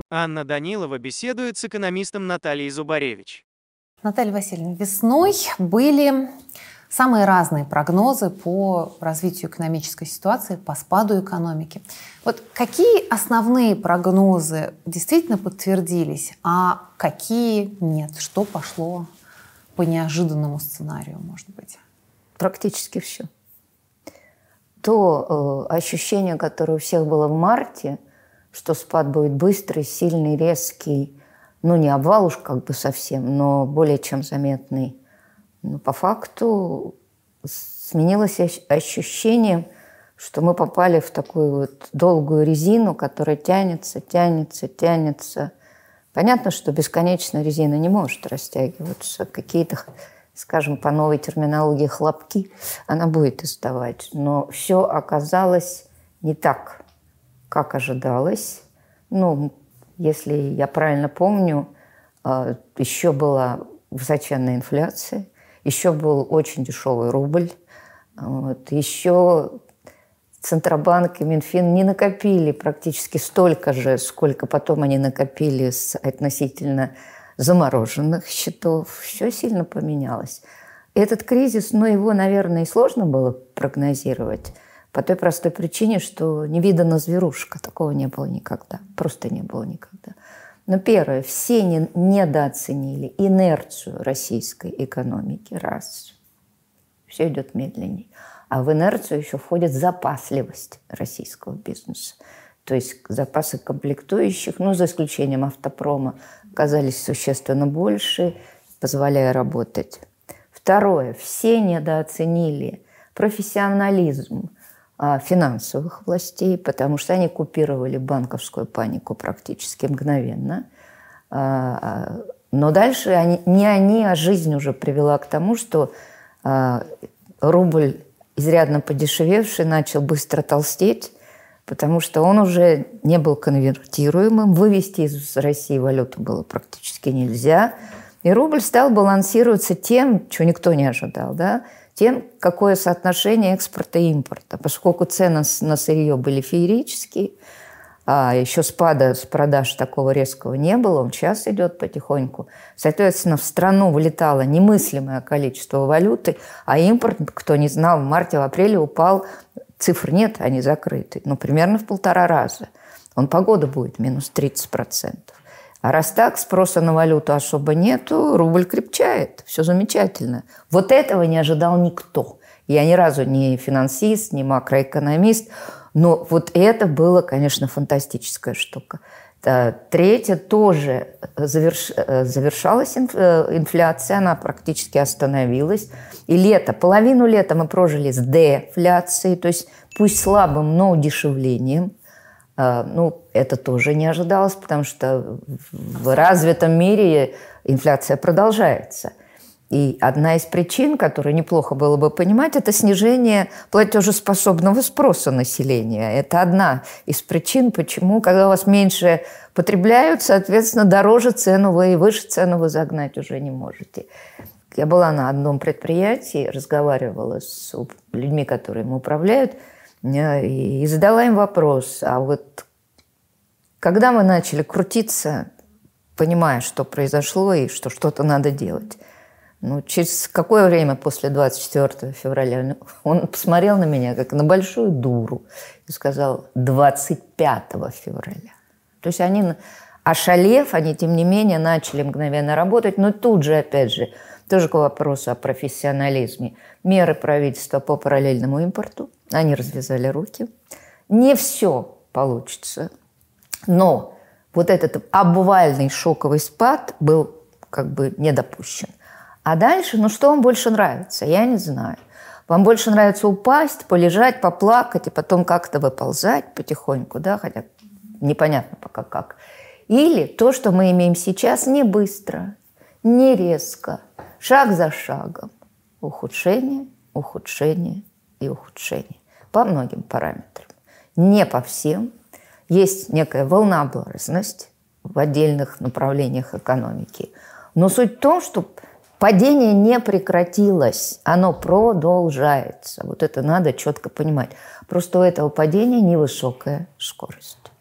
Анна Данилова беседует с экономистом Натальей Зубаревич. Наталья Васильевна, весной были самые разные прогнозы по развитию экономической ситуации, по спаду экономики. Вот какие основные прогнозы действительно подтвердились, а какие нет? Что пошло по неожиданному сценарию, может быть? Практически все. То ощущение, которое у всех было в марте, что спад будет быстрый, сильный, резкий, не обвал уж как бы совсем, но более чем заметный. Но по факту сменилось ощущение, что мы попали в такую вот долгую резину, которая тянется. Понятно, что бесконечно резина не может растягиваться. Какие-то, скажем, по новой терминологии хлопки она будет издавать. Но все оказалось не так, как ожидалось. Если я правильно помню, еще была высоченная инфляция, еще был очень дешевый рубль, еще Центробанк и Минфин не накопили практически столько же, сколько потом они накопили с относительно замороженных счетов. Все сильно поменялось. Этот кризис, его, наверное, и сложно было прогнозировать, по той простой причине, что не видана зверушка. Такого не было никогда. Просто не было никогда. Но первое, все недооценили инерцию российской экономики. Раз. Все идет медленнее. А в инерцию еще входит запасливость российского бизнеса. То есть запасы комплектующих, за исключением автопрома, оказались существенно больше, позволяя работать. Второе, все недооценили профессионализм финансовых властей, потому что они купировали банковскую панику практически мгновенно. Но дальше не они, а жизнь уже привела к тому, что рубль, изрядно подешевевший, начал быстро толстеть, потому что он уже не был конвертируемым. Вывести из России валюту было практически нельзя. И рубль стал балансироваться тем, чего никто не ожидал, тем, какое соотношение экспорта и импорта. Поскольку цены на сырье были феерические, а еще спада с продаж такого резкого не было, он сейчас идет потихоньку. Соответственно, в страну влетало немыслимое количество валюты, а импорт, кто не знал, в марте, в апреле упал, цифр нет, они закрыты, примерно в 1,5 раза. Он по году будет минус 30%. А раз так, спроса на валюту особо нету, рубль крепчает. Все замечательно. Вот этого не ожидал никто. Я ни разу не финансист, не макроэкономист. Но вот это было, конечно, фантастическая штука. Третье, тоже завершалась инфляция, она практически остановилась. И половину лета мы прожили с дефляцией, то есть пусть слабым, но удешевлением. Это тоже не ожидалось, потому что в развитом мире инфляция продолжается. И одна из причин, которую неплохо было бы понимать, это снижение платежеспособного спроса населения. Это одна из причин, почему, когда у вас меньше потребляют, соответственно, дороже цену вы и выше цену вы загнать уже не можете. Я была на одном предприятии, разговаривала с людьми, которые им управляют, и задала им вопрос, а вот когда мы начали крутиться, понимая, что произошло и что что-то надо делать, через какое время после 24 февраля он посмотрел на меня, как на большую дуру, и сказал 25 февраля. То есть они, ошалев, они, тем не менее, начали мгновенно работать, но тут же, опять же, тоже к вопросу о профессионализме. Меры правительства по параллельному импорту. Они развязали руки. Не все получится. Но вот этот обвальный шоковый спад был как бы не допущен. А дальше, что вам больше нравится? Я не знаю. Вам больше нравится упасть, полежать, поплакать и потом как-то выползать потихоньку, хотя непонятно пока как. Или то, что мы имеем сейчас, не быстро, не резко, шаг за шагом. Ухудшение, ухудшение и ухудшение. По многим параметрам. Не по всем. Есть некая волнообразность в отдельных направлениях экономики. Но суть в том, что падение не прекратилось. Оно продолжается. Вот это надо четко понимать. Просто у этого падения невысокая скорость.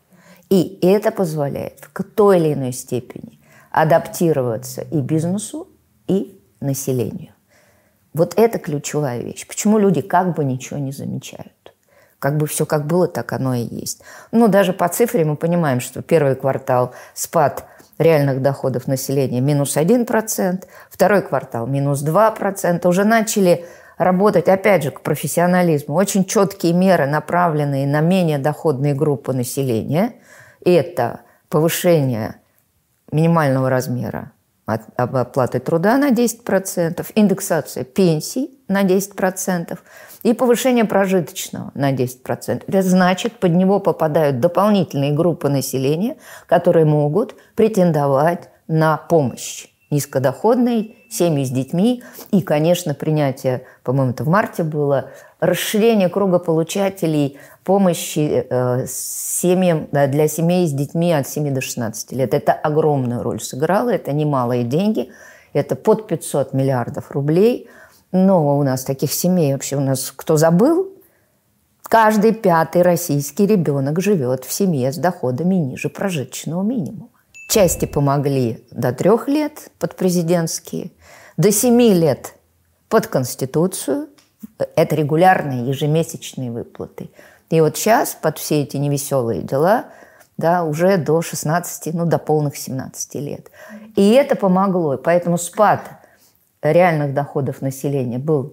И это позволяет в той или иной степени адаптироваться и бизнесу, и населению. Вот это ключевая вещь. Почему люди как бы ничего не замечают? Как бы все как было, так оно и есть. Ну, даже по цифре мы понимаем, что первый квартал спад реальных доходов населения минус 1%, второй квартал минус 2%. Уже начали работать, опять же, к профессионализму. Очень четкие меры, направленные на менее доходные группы населения. Это повышение минимального размера оплаты труда на 10%, индексация пенсий на 10% и повышение прожиточного на 10%. Это значит, под него попадают дополнительные группы населения, которые могут претендовать на помощь. Низкодоходные, семьи с детьми и, конечно, принятие, по-моему, это в марте было, расширение круга получателей помощи семьям, для семей с детьми от 7 до 16 лет. Это огромную роль сыграло, это немалые деньги, это под 500 миллиардов рублей. Но у нас таких семей вообще, у нас кто забыл? Каждый 5-й российский ребенок живет в семье с доходами ниже прожиточного минимума. Части помогли до 3 лет под президентские, до 7 лет под Конституцию. Это регулярные ежемесячные выплаты. И вот сейчас под все эти невеселые дела, да, уже до 16, до полных 17 лет. И это помогло. И поэтому спад реальных доходов населения был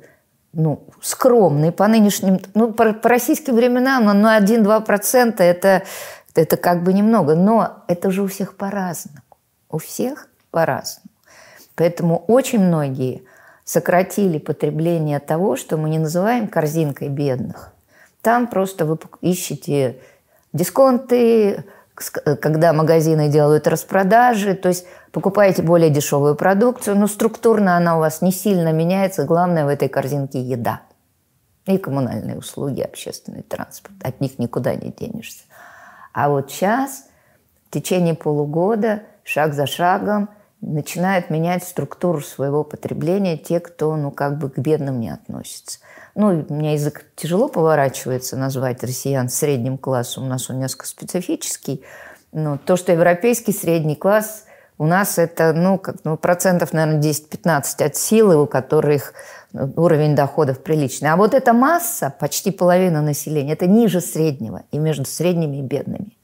скромный по нынешним, по российским временам, 1-2% это как бы немного, но это же у всех по-разному. У всех по-разному. Поэтому очень многие сократили потребление того, что мы не называем корзинкой бедных. Там просто вы ищете дисконты, когда магазины делают распродажи, то есть покупаете более дешевую продукцию, но структурно она у вас не сильно меняется. Главное в этой корзинке еда и коммунальные услуги, общественный транспорт. От них никуда не денешься. А вот сейчас, в течение полугода, шаг за шагом, начинают менять структуру своего потребления те, кто, к бедным не относится. У меня язык тяжело поворачивается назвать россиян средним классом, у нас он несколько специфический. Но то, что европейский средний класс, у нас это, процентов, наверное, 10-15 от силы, у которых уровень доходов приличный. А вот эта масса, почти половина населения, это ниже среднего и между средними и бедными.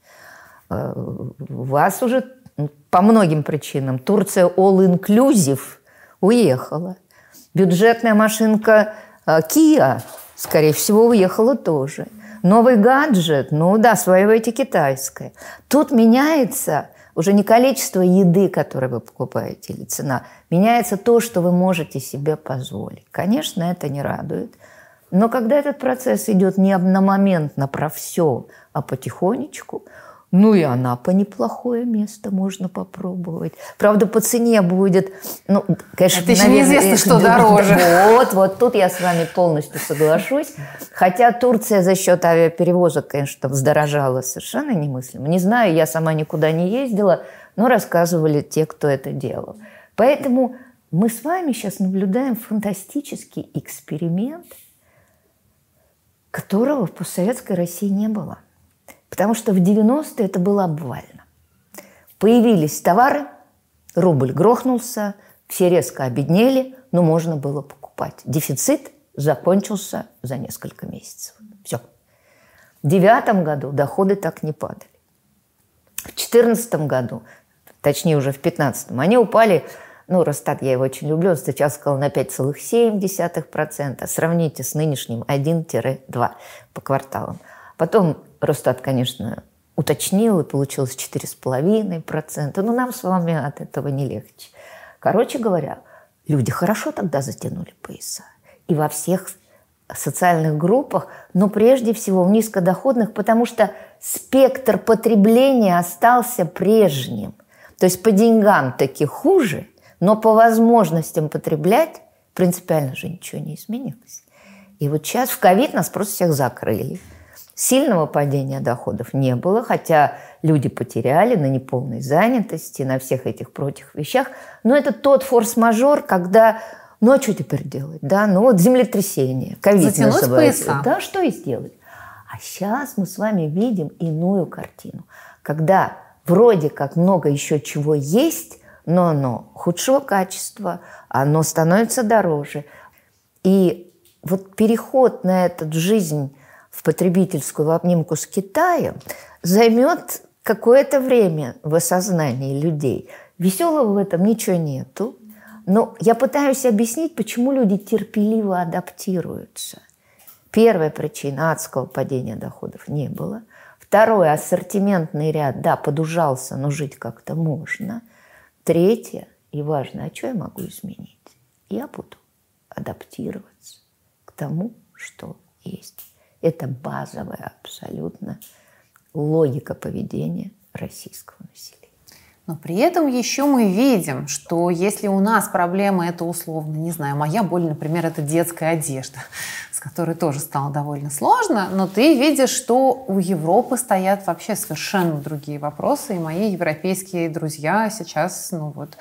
У вас уже по многим причинам Турция all-inclusive уехала. Бюджетная машинка Kia, скорее всего, уехала тоже. Новый гаджет, осваивайте китайское. Тут меняется уже не количество еды, которую вы покупаете, или цена. Меняется то, что вы можете себе позволить. Конечно, это не радует. Но когда этот процесс идет не одномоментно про все, а потихонечку, и Анапа неплохое место, можно попробовать. Правда, по цене будет, конечно... Это еще неизвестно, что дороже. Вот тут я с вами полностью соглашусь. Хотя Турция за счет авиаперевозок, конечно, вздорожала совершенно немыслимо. Не знаю, я сама никуда не ездила, но рассказывали те, кто это делал. Поэтому мы с вами сейчас наблюдаем фантастический эксперимент, которого в постсоветской России не было. Потому что в 90-е это было обвально. Появились товары, рубль грохнулся, все резко обеднели, но можно было покупать. Дефицит закончился за несколько месяцев. Все. В 2009 году доходы так не падали. В 2014 году, точнее уже в 2015, они упали, Росстат, я его очень люблю, он сейчас сказал на 5,7%. Сравните с нынешним 1-2 по кварталам. Потом Росстат, конечно, уточнил, и получилось 4,5%. Но нам с вами от этого не легче. Короче говоря, люди хорошо тогда затянули пояса. И во всех социальных группах, но прежде всего в низкодоходных, потому что спектр потребления остался прежним. То есть по деньгам таки хуже, но по возможностям потреблять принципиально же ничего не изменилось. И вот сейчас в ковид нас просто всех закрыли. Сильного падения доходов не было, хотя люди потеряли на неполной занятости, на всех этих прочих вещах. Но это тот форс-мажор, когда, а что теперь делать? Да, землетрясение, ковид называется. Да, что и сделать. А сейчас мы с вами видим иную картину. когда вроде как много еще чего есть, но оно худшего качества, оно становится дороже. И вот переход на эту жизнь в потребительскую в обнимку с Китаем займет какое-то время в осознании людей. Веселого в этом ничего нету. Но я пытаюсь объяснить, почему люди терпеливо адаптируются. Первая причина – адского падения доходов не было. Второе – ассортиментный ряд, да, подужался, но жить как-то можно. Третье и важное – а что я могу изменить? Я буду адаптироваться к тому, что есть. Это базовая абсолютно логика поведения российского населения. Но при этом еще мы видим, что если у нас проблема это условно, не знаю, моя боль, например, это детская одежда, с которой тоже стало довольно сложно, но ты видишь, что у Европы стоят вообще совершенно другие вопросы, и мои европейские друзья сейчас,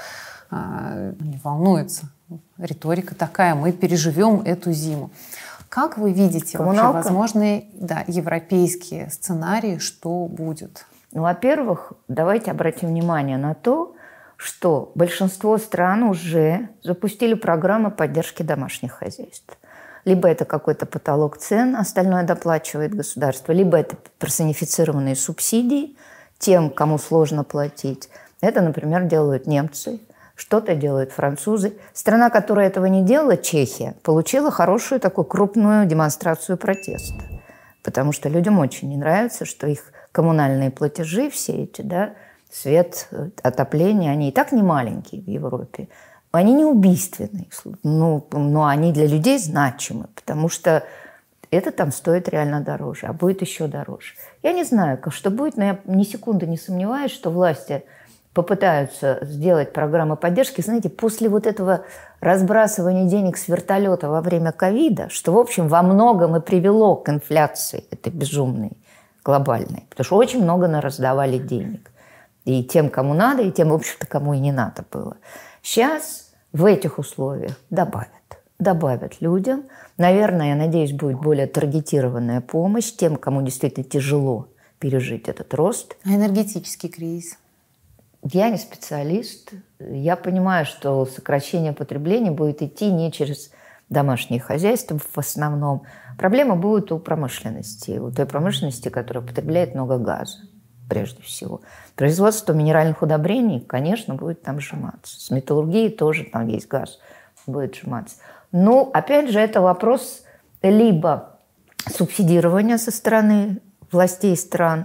они волнуются. Риторика такая: мы переживем эту зиму. Как вы видите вообще возможные европейские сценарии, что будет? Во-первых, давайте обратим внимание на то, что большинство стран уже запустили программы поддержки домашних хозяйств. Либо это какой-то потолок цен, остальное доплачивает государство, либо это персонифицированные субсидии тем, кому сложно платить. Это, например, делают немцы, что-то делают французы. Страна, которая этого не делала, Чехия, получила хорошую такую крупную демонстрацию протеста. Потому что людям очень не нравится, что их коммунальные платежи все эти, свет, отопление, они и так не маленькие в Европе. Они не убийственные, но они для людей значимы, потому что это там стоит реально дороже, а будет еще дороже. Я не знаю, что будет, но я ни секунды не сомневаюсь, что власти попытаются сделать программы поддержки. Знаете, после вот этого разбрасывания денег с вертолета во время ковида, что, в общем, во многом и привело к инфляции этой безумной, глобальной, потому что очень много раздавали денег. И тем, кому надо, и тем, в общем-то, кому и не надо было. Сейчас в этих условиях добавят людям. Наверное, я надеюсь, будет более таргетированная помощь тем, кому действительно тяжело пережить этот рост. А энергетический кризис? Я не специалист. Я понимаю, что сокращение потребления будет идти не через домашние хозяйства в основном. Проблема будет у промышленности, у той промышленности, которая потребляет много газа, прежде всего. Производство минеральных удобрений, конечно, будет там сжиматься. С металлургией тоже там есть газ, будет сжиматься. Но, опять же, это вопрос либо субсидирования со стороны властей стран,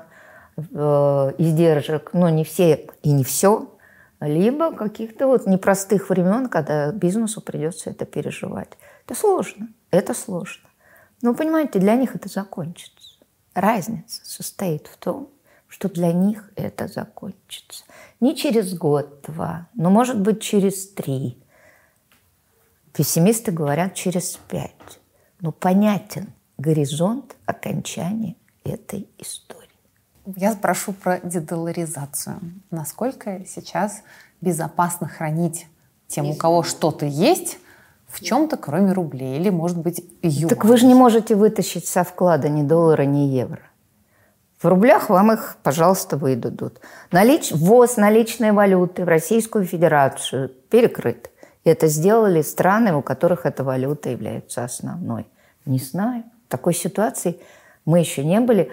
издержек, но не все и не все, либо каких-то непростых времен, когда бизнесу придется это переживать. Это сложно. Но, понимаете, для них это закончится. Разница состоит в том, что для них это закончится. Не через год-два, но, может быть, через 3. Пессимисты говорят, через 5. Но понятен горизонт окончания этой истории. Я спрошу про дедоларизацию. Насколько сейчас безопасно хранить тем, у кого что-то есть, в чем-то, кроме рублей? Или, может быть, юаней? Так вы же не можете вытащить со вклада ни доллара, ни евро. В рублях вам их, пожалуйста, выдадут. Ввоз наличной валюты в Российскую Федерацию перекрыт. И это сделали страны, у которых эта валюта является основной. Не знаю. В такой ситуации мы еще не были.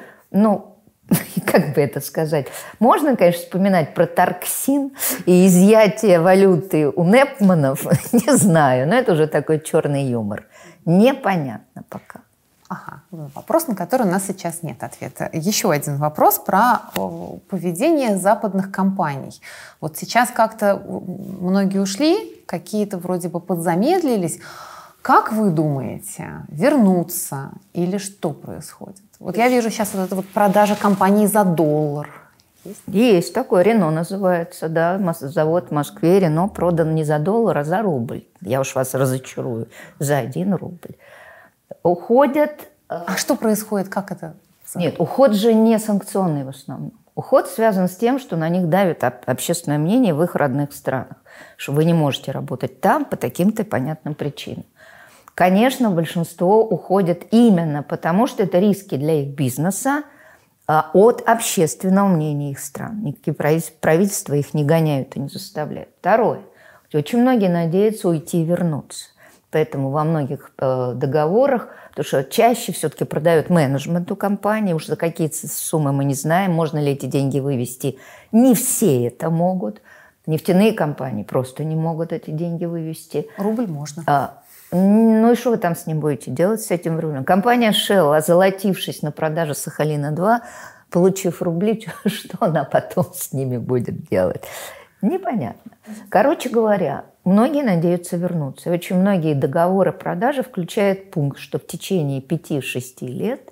Как бы это сказать? Можно, конечно, вспоминать про Тарксин и изъятие валюты у Непманов. Не знаю, но это уже такой черный юмор. Непонятно пока. Ага, вопрос, на который у нас сейчас нет ответа. Еще один вопрос про поведение западных компаний. Вот сейчас как-то многие ушли, какие-то вроде бы подзамедлились. Как вы думаете, вернуться или что происходит? Вот я вижу сейчас вот эта продажа компании за $1. Есть такой, Рено называется, да, завод в Москве, Рено продан не за $1, а за рубль. Я уж вас разочарую, за 1 рубль. Уходят... А что происходит, как это? Нет, уход же не санкционный в основном. Уход связан с тем, что на них давит общественное мнение в их родных странах, что вы не можете работать там по таким-то понятным причинам. Конечно, большинство уходят именно потому, что это риски для их бизнеса, от общественного мнения их стран. Никакие правительства их не гоняют и не заставляют. Второе. Очень многие надеются уйти и вернуться. Поэтому во многих договорах, потому что чаще все-таки продают менеджменту компании, уж за какие суммы мы не знаем, можно ли эти деньги вывести. Не все это могут. Нефтяные компании просто не могут эти деньги вывести. Рубль можно. Ну и что вы там с ним будете делать, с этим рублем? Компания Shell, озолотившись на продаже Сахалина-2, получив рубли, что она потом с ними будет делать? Непонятно. Короче говоря, многие надеются вернуться. И очень многие договоры продажи включают пункт, что в течение 5-6 лет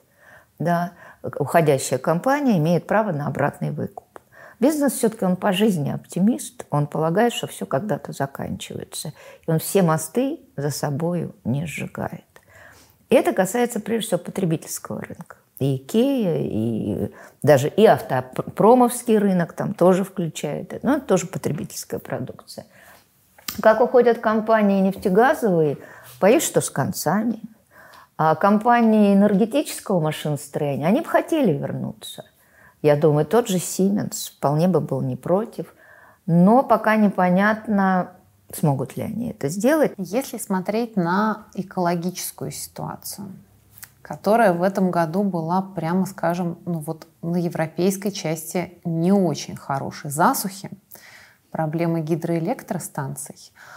уходящая компания имеет право на обратный выкуп. Бизнес все-таки он по жизни оптимист, он полагает, что все когда-то заканчивается. И он все мосты за собою не сжигает. И это касается прежде всего потребительского рынка. И Икея, и даже и автопромовский рынок там тоже включает это. Но это тоже потребительская продукция. Как уходят компании нефтегазовые, боюсь, что с концами. А компании энергетического машиностроения, они бы хотели вернуться. Я думаю, тот же Siemens вполне бы был не против. Но пока непонятно, смогут ли они это сделать. Если смотреть на экологическую ситуацию, которая в этом году была, прямо скажем, на европейской части не очень хорошей. Засухи, проблемы гидроэлектростанций.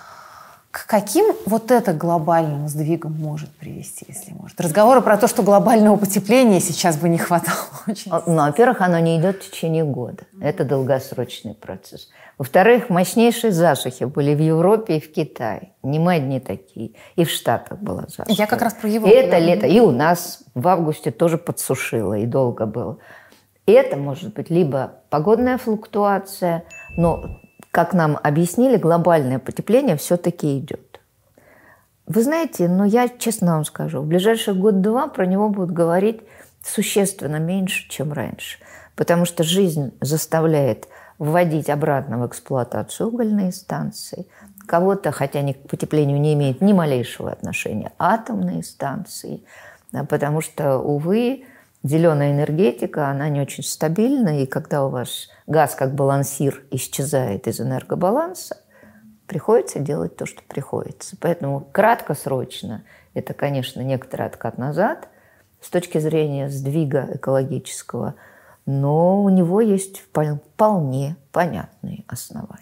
К каким вот это глобальным сдвигам может привести, если может? Разговоры про то, что глобального потепления сейчас бы не хватало. Во-первых, оно не идет в течение года. Это долгосрочный процесс. Во-вторых, мощнейшие засухи были в Европе и в Китае. Не мы одни такие. И в Штатах была засуха. Я как раз про Европу. Это лето. И у нас в августе тоже подсушило, и долго было. Это может быть либо погодная флуктуация, но, как нам объяснили, глобальное потепление все-таки идет. Вы знаете, я честно вам скажу, в ближайший год-два про него будут говорить существенно меньше, чем раньше. Потому что жизнь заставляет вводить обратно в эксплуатацию угольные станции. Кого-то, хотя они к потеплению не имеют ни малейшего отношения, атомные станции. Потому что, увы, зеленая энергетика, она не очень стабильна. И когда у вас газ как балансир исчезает из энергобаланса, приходится делать то, что приходится. Поэтому краткосрочно это, конечно, некоторый откат назад с точки зрения сдвига экологического, но у него есть вполне понятные основания.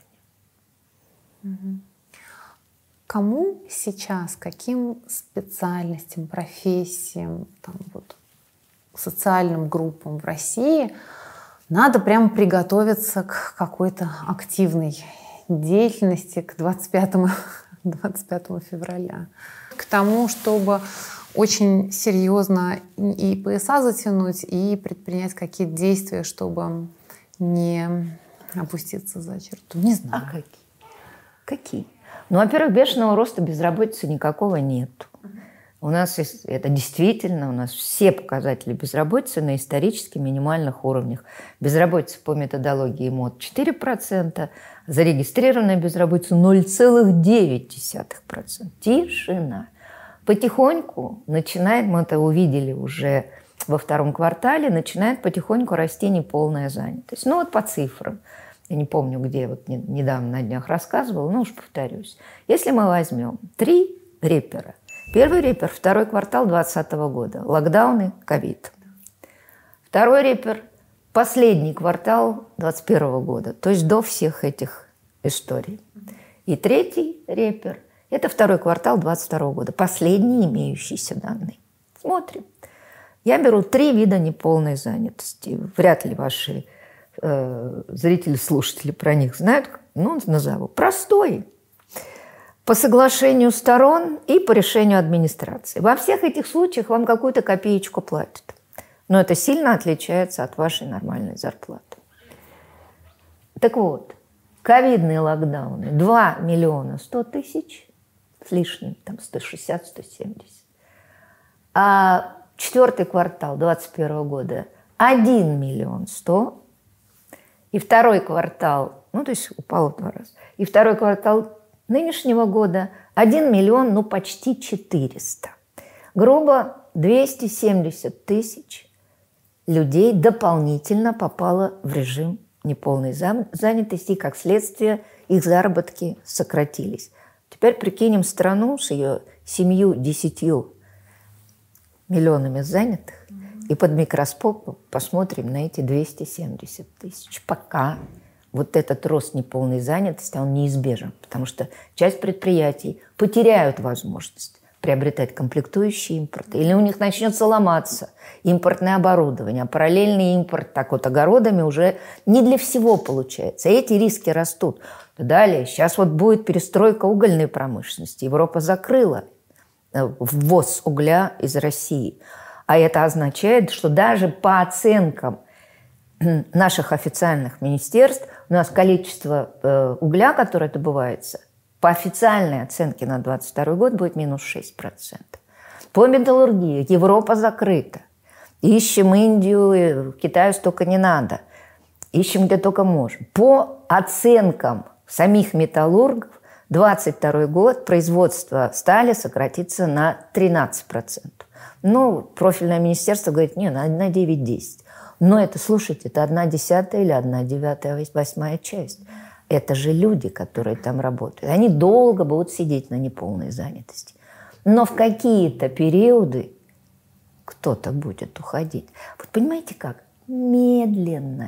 Кому сейчас, каким специальностям, профессиям, социальным группам в России надо прямо приготовиться к какой-то активной деятельности к 25 февраля? К тому, чтобы очень серьезно и пояса затянуть, и предпринять какие-то действия, чтобы не опуститься за черту. Не знаю. А какие? Во-первых, бешеного роста безработицы никакого нет. У нас это действительно, у нас все показатели безработицы на исторически минимальных уровнях. Безработица по методологии МОД 4%, зарегистрированная безработица 0,9%. Тишина. Потихоньку начинает, мы это увидели уже во втором квартале, начинает потихоньку расти неполная занятость. По цифрам. Я не помню, где, недавно на днях рассказывала, уж повторюсь. Если мы возьмем 3 репера. Первый репер – второй квартал 2020 года. Локдауны, ковид. Второй репер – последний квартал 2021 года. То есть до всех этих историй. И третий репер – это второй квартал 2022 года. Последние имеющиеся данные. Смотрим. Я беру 3 вида неполной занятости. Вряд ли ваши зрители, слушатели про них знают. Назову. Простой. По соглашению сторон и по решению администрации. Во всех этих случаях вам какую-то копеечку платят. Но это сильно отличается от вашей нормальной зарплаты. Так вот, ковидные локдауны 2 миллиона 100 тысяч с лишним, 160-170. А четвертый квартал 2021 года 1 миллион 100. И второй квартал, то есть упало в 2 раза. И второй квартал нынешнего года 1 миллион, почти 400. Грубо 270 тысяч людей дополнительно попало в режим неполной занятости, и, как следствие, их заработки сократились. Теперь прикинем страну с ее 7-10 миллионами занятых и под микроскопом посмотрим на эти 270 тысяч. Пока вот этот рост неполной занятости, он неизбежен, потому что часть предприятий потеряют возможность приобретать комплектующие импорта, или у них начнется ломаться импортное оборудование, а параллельный импорт так вот огородами уже не для всего получается. И эти риски растут. Далее, сейчас вот будет перестройка угольной промышленности. Европа закрыла ввоз угля из России. А это означает, что даже по оценкам наших официальных министерств у нас количество угля, которое добывается, по официальной оценке на 2022 год будет минус 6%. По металлургии Европа закрыта. Ищем Индию, Китаю столько не надо. Ищем где только можем. По оценкам самих металлургов, 2022 год производство стали сократится на 13%. Ну, профильное министерство говорит, не, на 9-10. Но это, слушайте, это 1/10 или 1/9, 8 часть. Это же люди, которые там работают. Они долго будут сидеть на неполной занятости. Но в какие-то периоды кто-то будет уходить. Вот понимаете как? Медленно,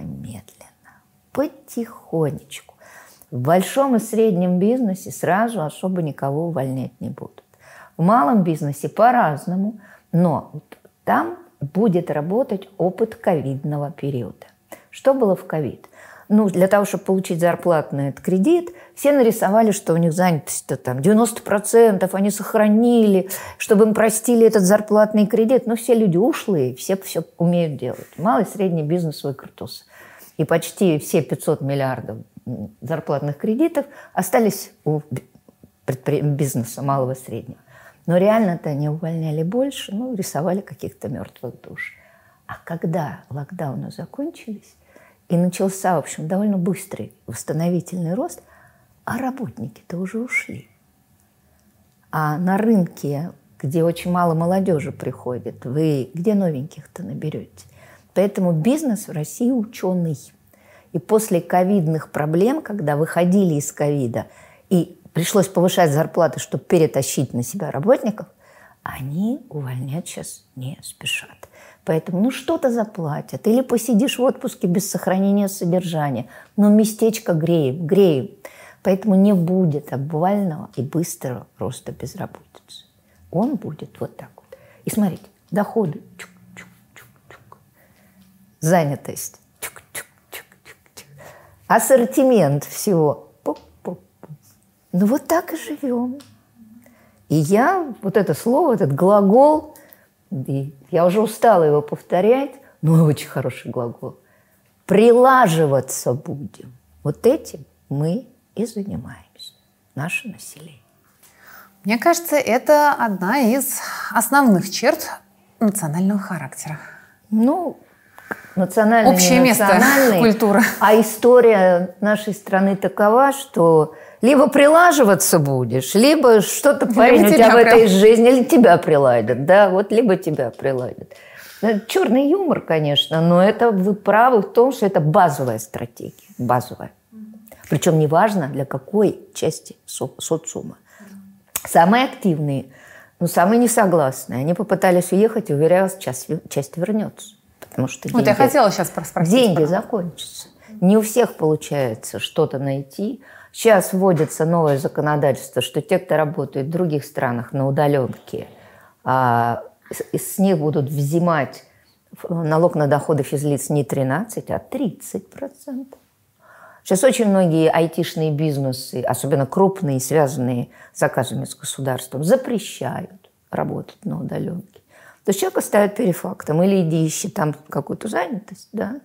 потихонечку. В большом и среднем бизнесе сразу особо никого увольнять не будут. В малом бизнесе по-разному, но там будет работать опыт ковидного периода. Что было в ковид? Ну, для того, чтобы получить зарплатный этот кредит, все нарисовали, что у них занятость там 90%, они сохранили, чтобы им простили этот зарплатный кредит. Но все люди ушлые, все умеют делать. Малый и средний бизнес выкрутился. И почти все 500 миллиардов зарплатных кредитов остались у бизнеса малого и среднего. Но реально-то они увольняли больше, рисовали каких-то мертвых душ. А когда локдауны закончились, и начался, в общем, довольно быстрый восстановительный рост, а работники-то уже ушли. А на рынке, где очень мало молодежи приходит, вы где новеньких-то наберете? Поэтому бизнес в России ученый. И после ковидных проблем, когда выходили из ковида, и пришлось повышать зарплаты, чтобы перетащить на себя работников, они увольнять сейчас не спешат. Поэтому что-то заплатят. Или посидишь в отпуске без сохранения содержания. Но местечко греем. Поэтому не будет обвального и быстрого роста безработицы. Он будет вот так вот. И смотрите, доходы. Чук-чук-чук-чук. Занятость. Чук-чук-чук-чук-чук. Ассортимент всего. Пуп-пуп-пуп. Вот так и живем. И я вот это слово, этот глагол, и я уже устала его повторять, но очень хороший глагол. Прилаживаться будем. Вот этим мы и занимаемся, наше население. Мне кажется, это одна из основных черт национального характера. Национальный, общее место культуры. А история нашей страны такова, что либо прилаживаться будешь, либо что-то, парень, у тебя в этой жизни, или тебя приладят. Да, вот либо тебя приладят. Это черный юмор, конечно, но это вы правы в том, что это базовая стратегия. Базовая. Причем неважно, для какой части социума. Самые активные, самые несогласные, они попытались уехать и уверялась, часть вернется. Потому что деньги, я хотела сейчас спросить. Деньги закончатся. Не у всех получается что-то найти. Сейчас вводится новое законодательство, что те, кто работает в других странах на удаленке, с них будут взимать налог на доходы физлиц не 13, а 30%. Сейчас очень многие айтишные бизнесы, особенно крупные, связанные с заказами с государством, запрещают работать на удаленке. То есть человека ставят перед фактом. Или иди ищи там какую-то занятость, да,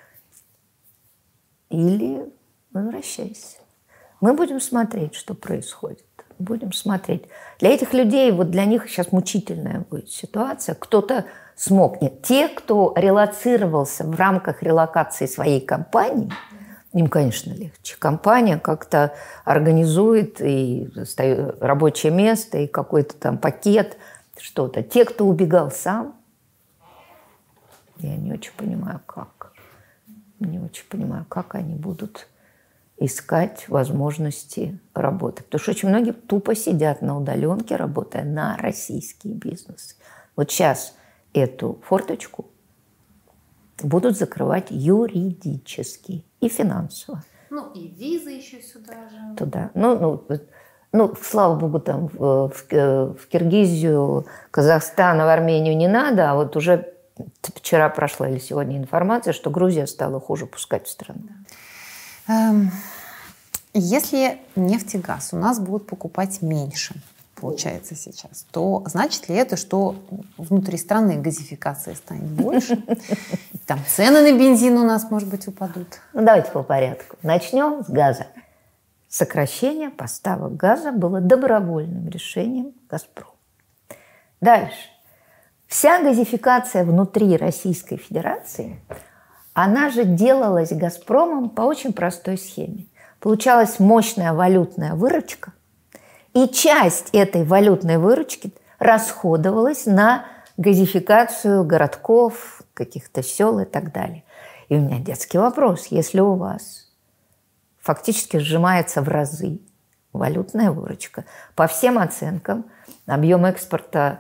или возвращайся. Мы будем смотреть, что происходит. Будем смотреть. Для этих людей, для них сейчас мучительная будет ситуация. Кто-то смог. Нет, те, кто релоцировался в рамках релокации своей компании, им, конечно, легче. Компания как-то организует и рабочее место, и какой-то там пакет, что-то. Те, кто убегал сам, Я не очень понимаю, как. Не очень понимаю, как они будут искать возможности работы. Потому что очень многие тупо сидят на удаленке, работая на российский бизнес. Вот сейчас эту форточку будут закрывать юридически и финансово. Ну, и визы еще сюда же. Туда. Слава богу, там в Киргизию, Казахстан, в Армению не надо, а вот уже вчера прошла или сегодня информация, что Грузия стала хуже пускать в страну. Если нефть и газ у нас будут покупать меньше, получается сейчас, то значит ли это, что внутри страны газификация станет больше? Там цены на бензин у нас, может быть, упадут? Давайте по порядку. Начнем с газа. Сокращение поставок газа было добровольным решением «Газпрома». Дальше. Вся газификация внутри Российской Федерации, она же делалась «Газпромом» по очень простой схеме. Получалась мощная валютная выручка, и часть этой валютной выручки расходовалась на газификацию городков, каких-то сел и так далее. И у меня детский вопрос. Если у вас фактически сжимается в разы валютная выручка, по всем оценкам объем экспорта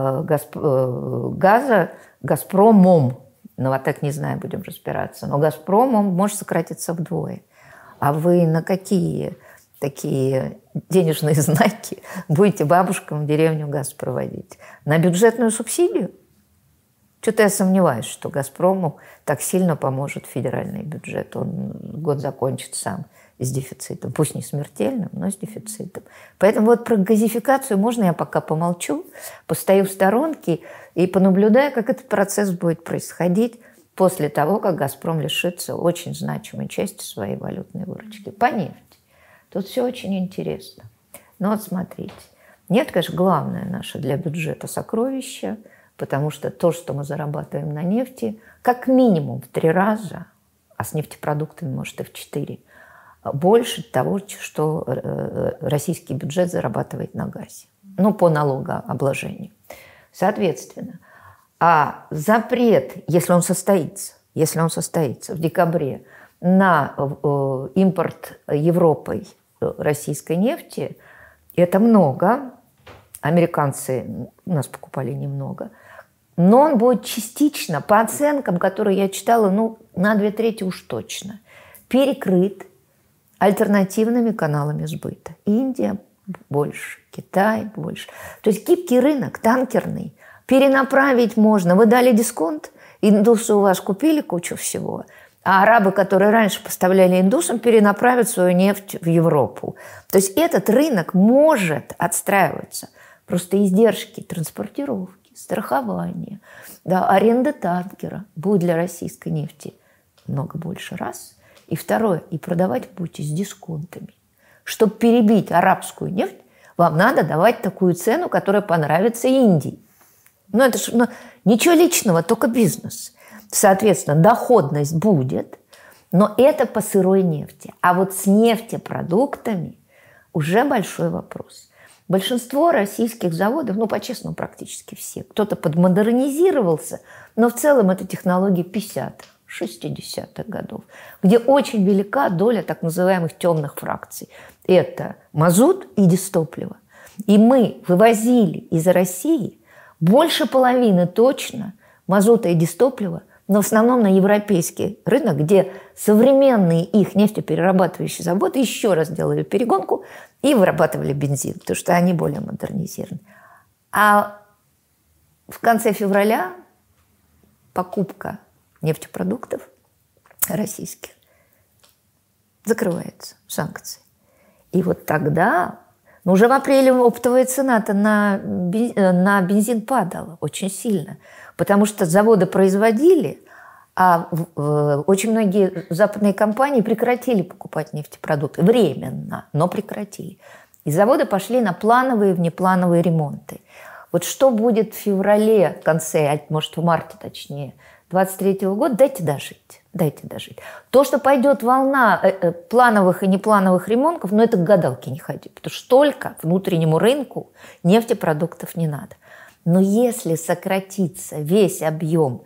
газа «Газпромом», ну, вот так не знаю, будем разбираться, но «Газпромом» может сократиться вдвое. А вы на какие такие денежные знаки будете бабушкам в деревню газ проводить? На бюджетную субсидию? Что-то я сомневаюсь, что «Газпрому» так сильно поможет федеральный бюджет. Он год закончит сам с дефицитом. Пусть не смертельным, но с дефицитом. Поэтому вот про газификацию можно я пока помолчу, постою в сторонке и понаблюдаю, как этот процесс будет происходить после того, как «Газпром» лишится очень значимой части своей валютной выручки. По нефти. Тут все очень интересно. Но вот смотрите. Нефть, конечно, главное наше для бюджета сокровище, потому что то, что мы зарабатываем на нефти, как минимум в 3 раза, а с нефтепродуктами, может, и в 4, больше того, что российский бюджет зарабатывает на газе. Ну, по налогообложению. Соответственно, а запрет, если он состоится в декабре на импорт Европой российской нефти, это много. Американцы у нас покупали немного. Но он будет частично, по оценкам, которые я читала, на 2/3 уж точно, перекрыт альтернативными каналами сбыта. Индия больше, Китай больше. То есть гибкий рынок, танкерный, перенаправить можно. Вы дали дисконт, индусы у вас купили кучу всего, а арабы, которые раньше поставляли индусам, перенаправят свою нефть в Европу. То есть этот рынок может отстраиваться. Просто издержки транспортировки, страхования, аренда танкера будет для российской нефти много больше, раз. И второе, и продавать будете с дисконтами. Чтобы перебить арабскую нефть, вам надо давать такую цену, которая понравится Индии. Это ж ничего личного, только бизнес. Соответственно, доходность будет, но это по сырой нефти. А вот с нефтепродуктами уже большой вопрос. Большинство российских заводов, по-честному, практически все, кто-то подмодернизировался, но в целом это технологии 50-х, 60-х годов, где очень велика доля так называемых темных фракций. Это мазут и дизтопливо. И мы вывозили из России больше половины точно мазута и дизтоплива, но в основном на европейский рынок, где современные их нефтеперерабатывающие заводы еще раз делали перегонку и вырабатывали бензин, потому что они более модернизированы. А в конце февраля покупка нефтепродуктов российских закрывается, санкции. И вот тогда, уже в апреле оптовая цена-то на бензин падала очень сильно, потому что заводы производили, а очень многие западные компании прекратили покупать нефтепродукты. Временно, но прекратили. И заводы пошли на плановые и внеплановые ремонты. Вот что будет в феврале, в конце, может, в марте точнее, 2023 года, дайте дожить. То, что пойдет волна плановых и неплановых ремонтов, это к гадалке не ходи, потому что только внутреннему рынку нефтепродуктов не надо. Но если сократится весь объем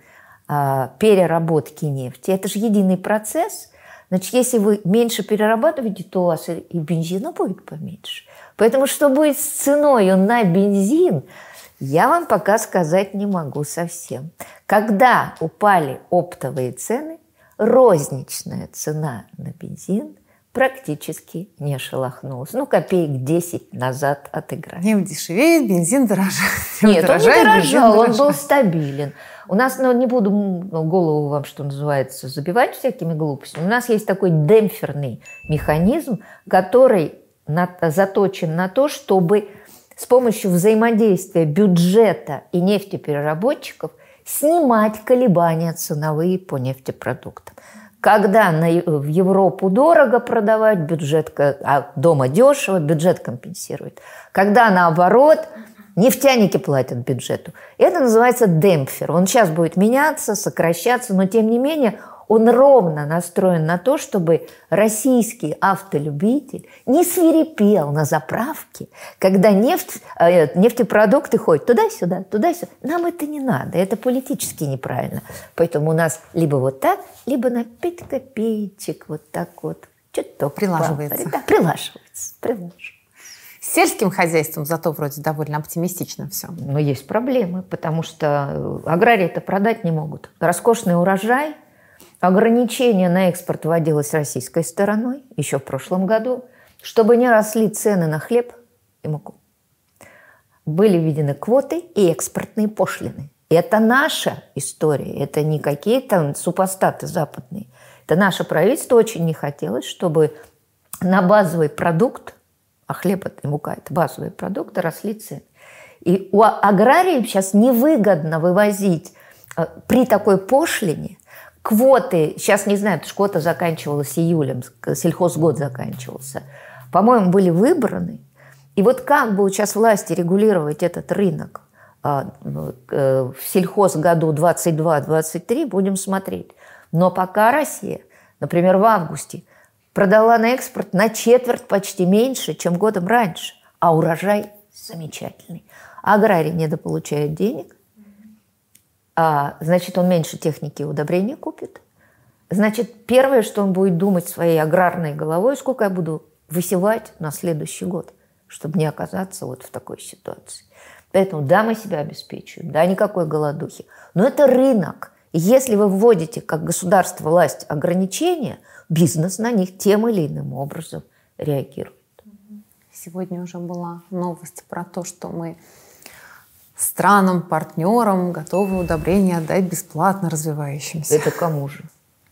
переработки нефти. Это же единый процесс. Значит, если вы меньше перерабатываете, то у вас и бензина будет поменьше. Поэтому что будет с ценой на бензин, я вам пока сказать не могу совсем. Когда упали оптовые цены, розничная цена на бензин практически не шелохнулась. Копеек 10 назад отыграли. Нефть дешевеет, бензин дорожает. Нет, он не дорожал, он был стабилен. У нас, не буду голову вам, что называется, забивать всякими глупостями. У нас есть такой демпферный механизм, который заточен на то, чтобы с помощью взаимодействия бюджета и нефтепереработчиков снимать колебания ценовые по нефтепродуктам. Когда в Европу дорого продавать, а дома дешево, бюджет компенсирует. Когда наоборот, нефтяники платят бюджету. Это называется демпфер. Он сейчас будет меняться, сокращаться, но тем не менее он ровно настроен на то, чтобы российский автолюбитель не свирепел на заправке, когда нефтепродукты ходят туда-сюда, туда-сюда. Нам это не надо, это политически неправильно. Поэтому у нас либо вот так, либо на 5 копеечек вот так вот. Что-то прилаживается. Да, прилаживается. С сельским хозяйством зато вроде довольно оптимистично все. Но есть проблемы, потому что аграрии это продать не могут. Роскошный урожай. Ограничение на экспорт вводилось российской стороной еще в прошлом году, чтобы не росли цены на хлеб и муку. Были введены квоты и экспортные пошлины. Это наша история, это не какие-то супостаты западные. Это наше правительство очень не хотелось, чтобы на базовый продукт, а хлеб и мука – это базовые продукты, росли цены. И у аграриев сейчас невыгодно вывозить при такой пошлине. Квоты, сейчас не знаю, потому что квота заканчивалась июлем, сельхозгод заканчивался, по-моему, были выбраны. И вот как бы сейчас власти регулировать этот рынок в сельхозгоду 22-23, будем смотреть. Но пока Россия, например, в августе продала на экспорт на четверть почти меньше, чем годом раньше, а урожай замечательный. Аграрий недополучает денег, значит, он меньше техники и удобрений купит. Значит, первое, что он будет думать своей аграрной головой, сколько я буду высевать на следующий год, чтобы не оказаться вот в такой ситуации. Поэтому да, мы себя обеспечиваем, да, никакой голодухи. Но это рынок. И если вы вводите как государство, власть ограничения, бизнес на них тем или иным образом реагирует. Сегодня уже была новость про то, что мы странам, партнерам готовы удобрения отдать бесплатно развивающимся. Это кому же?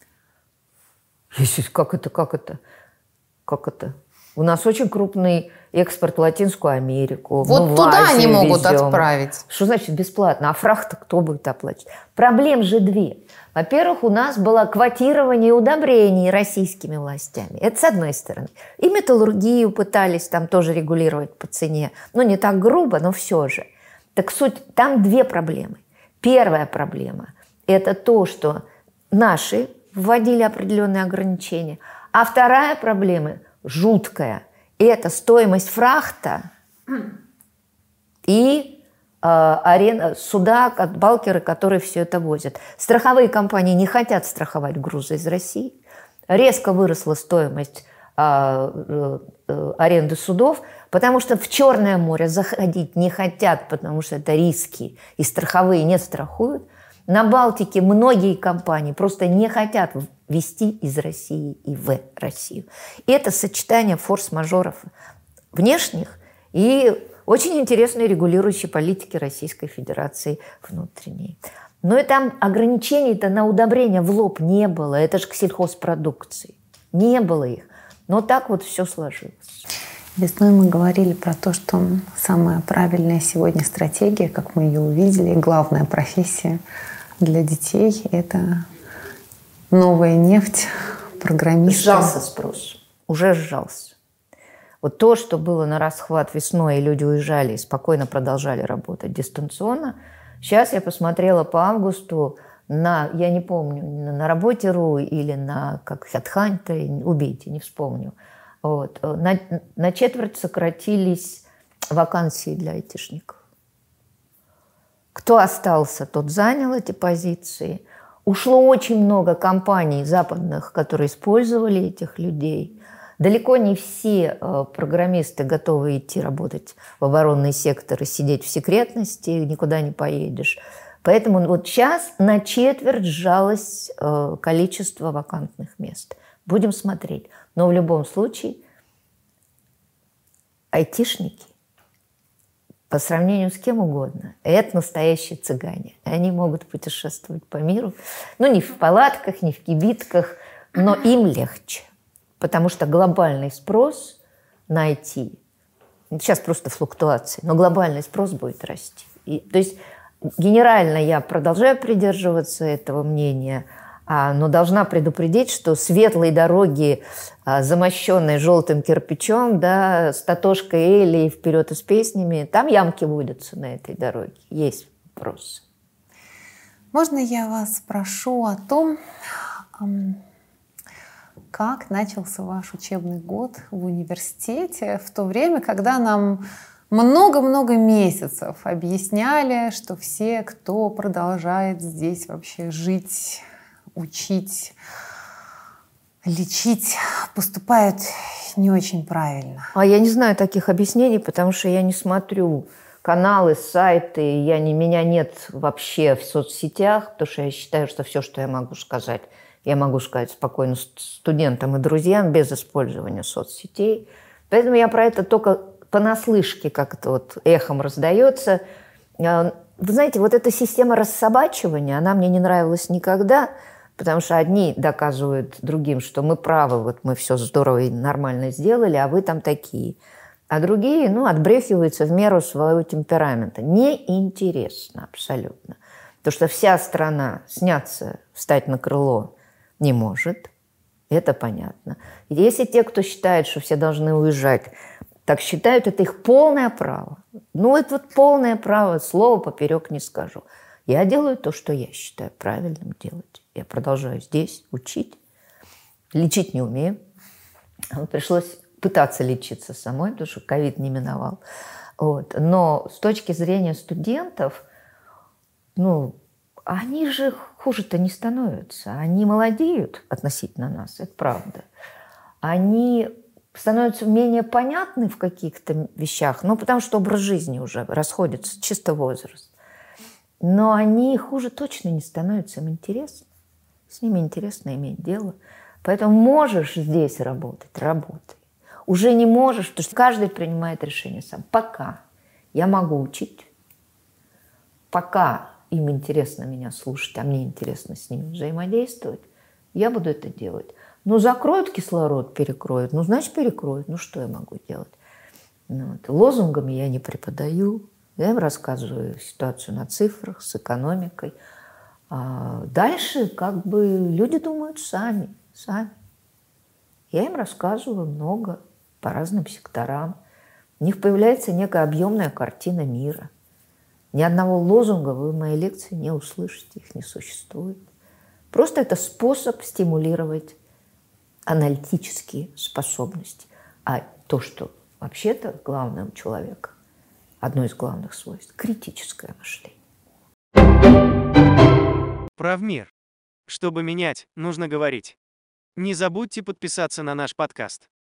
Как это? У нас очень крупный экспорт в Латинскую Америку. Вот туда они могут отправить. Что значит бесплатно? А фрахт кто будет оплачивать? Проблем же две. Во-первых, у нас было квотирование удобрений российскими властями. Это с одной стороны. И металлургию пытались там тоже регулировать по цене. Не так грубо, но все же. Так суть, там две проблемы. Первая проблема – это то, что наши вводили определенные ограничения. А вторая проблема жуткая – это стоимость фрахта и суда, балкеры, которые все это возят. Страховые компании не хотят страховать грузы из России. Резко выросла стоимость аренды судов, потому что в Черное море заходить не хотят, потому что это риски, и страховые не страхуют. На Балтике многие компании просто не хотят везти из России и в Россию. И это сочетание форс-мажоров внешних и очень интересной регулирующей политики Российской Федерации внутренней. Но и там ограничений-то на удобрения в лоб не было. Это же к сельхозпродукции. Не было их. Но так вот все сложилось. Весной мы говорили про то, что самая правильная сегодня стратегия, как мы ее увидели, главная профессия для детей – это новая нефть, программисты. Сжался спрос. Уже сжался. Вот то, что было на расхват весной, и люди уезжали и спокойно продолжали работать дистанционно, сейчас я посмотрела по августу на, я не помню, на Работе.ру или на как HeadHunter, убейте, не вспомню. Вот. На четверть сократились вакансии для айтишников. Кто остался, тот занял эти позиции. Ушло очень много компаний западных, которые использовали этих людей. Далеко не все программисты готовы идти работать в оборонный сектор и сидеть в секретности, никуда не поедешь. Поэтому вот сейчас на четверть сжалось количество вакантных мест. Будем смотреть. Но в любом случае айтишники по сравнению с кем угодно, это настоящие цыгане. Они могут путешествовать по миру. Ну, не в палатках, не в кибитках, но им легче. Потому что глобальный спрос на IT, сейчас просто флуктуации, но глобальный спрос будет расти. То есть генерально я продолжаю придерживаться этого мнения, но должна предупредить, что светлые дороги, замощенные желтым кирпичом, да, с Татошкой Элли вперед и с песнями, там ямки водятся на этой дороге. Есть вопросы. Можно я вас спрошу о том, как начался ваш учебный год в университете в то время, когда нам много-много месяцев объясняли, что все, кто продолжает здесь вообще жить, учить, лечить, поступают не очень правильно. А я не знаю таких объяснений, потому что я не смотрю каналы, сайты, меня нет вообще в соцсетях, потому что я считаю, что все, что я могу сказать спокойно студентам и друзьям без использования соцсетей. Поэтому я про это только понаслышке как-то вот эхом раздается. Вы знаете, вот эта система рассобачивания, она мне не нравилась никогда, потому что одни доказывают другим, что мы правы, вот мы все здорово и нормально сделали, а вы там такие. А другие, отбрехиваются в меру своего темперамента. Неинтересно абсолютно. Потому что вся страна сняться, встать на крыло не может. Это понятно. Если те, кто считает, что все должны уезжать, так считают, это их полное право. Это вот полное право, слова поперек не скажу. Я делаю то, что я считаю правильным делать. Я продолжаю здесь учить. Лечить не умею. Пришлось пытаться лечиться самой, потому что ковид не миновал. Вот. Но с точки зрения студентов, они же хуже-то не становятся. Они молодеют относительно нас, это правда. Они становятся менее понятны в каких-то вещах, потому что образ жизни уже расходится, чисто возраст. Но они хуже точно не становятся, им интересно. С ними интересно иметь дело. Поэтому можешь здесь работать, работай. Уже не можешь, потому что каждый принимает решение сам. Пока я могу учить, пока им интересно меня слушать, а мне интересно с ними взаимодействовать, я буду это делать. Закроют кислород, перекроют, значит перекроют. Что я могу делать? Лозунгами я не преподаю. Я им рассказываю ситуацию на цифрах, с экономикой. А дальше люди думают сами. Я им рассказываю много по разным секторам. У них появляется некая объемная картина мира. Ни одного лозунга вы в моей лекции не услышите, их не существует. Просто это способ стимулировать аналитические способности. А то, что вообще-то главное у человека, одно из главных свойств – критическое мышление. Правмир. Чтобы менять, нужно говорить. Не забудьте подписаться на наш подкаст.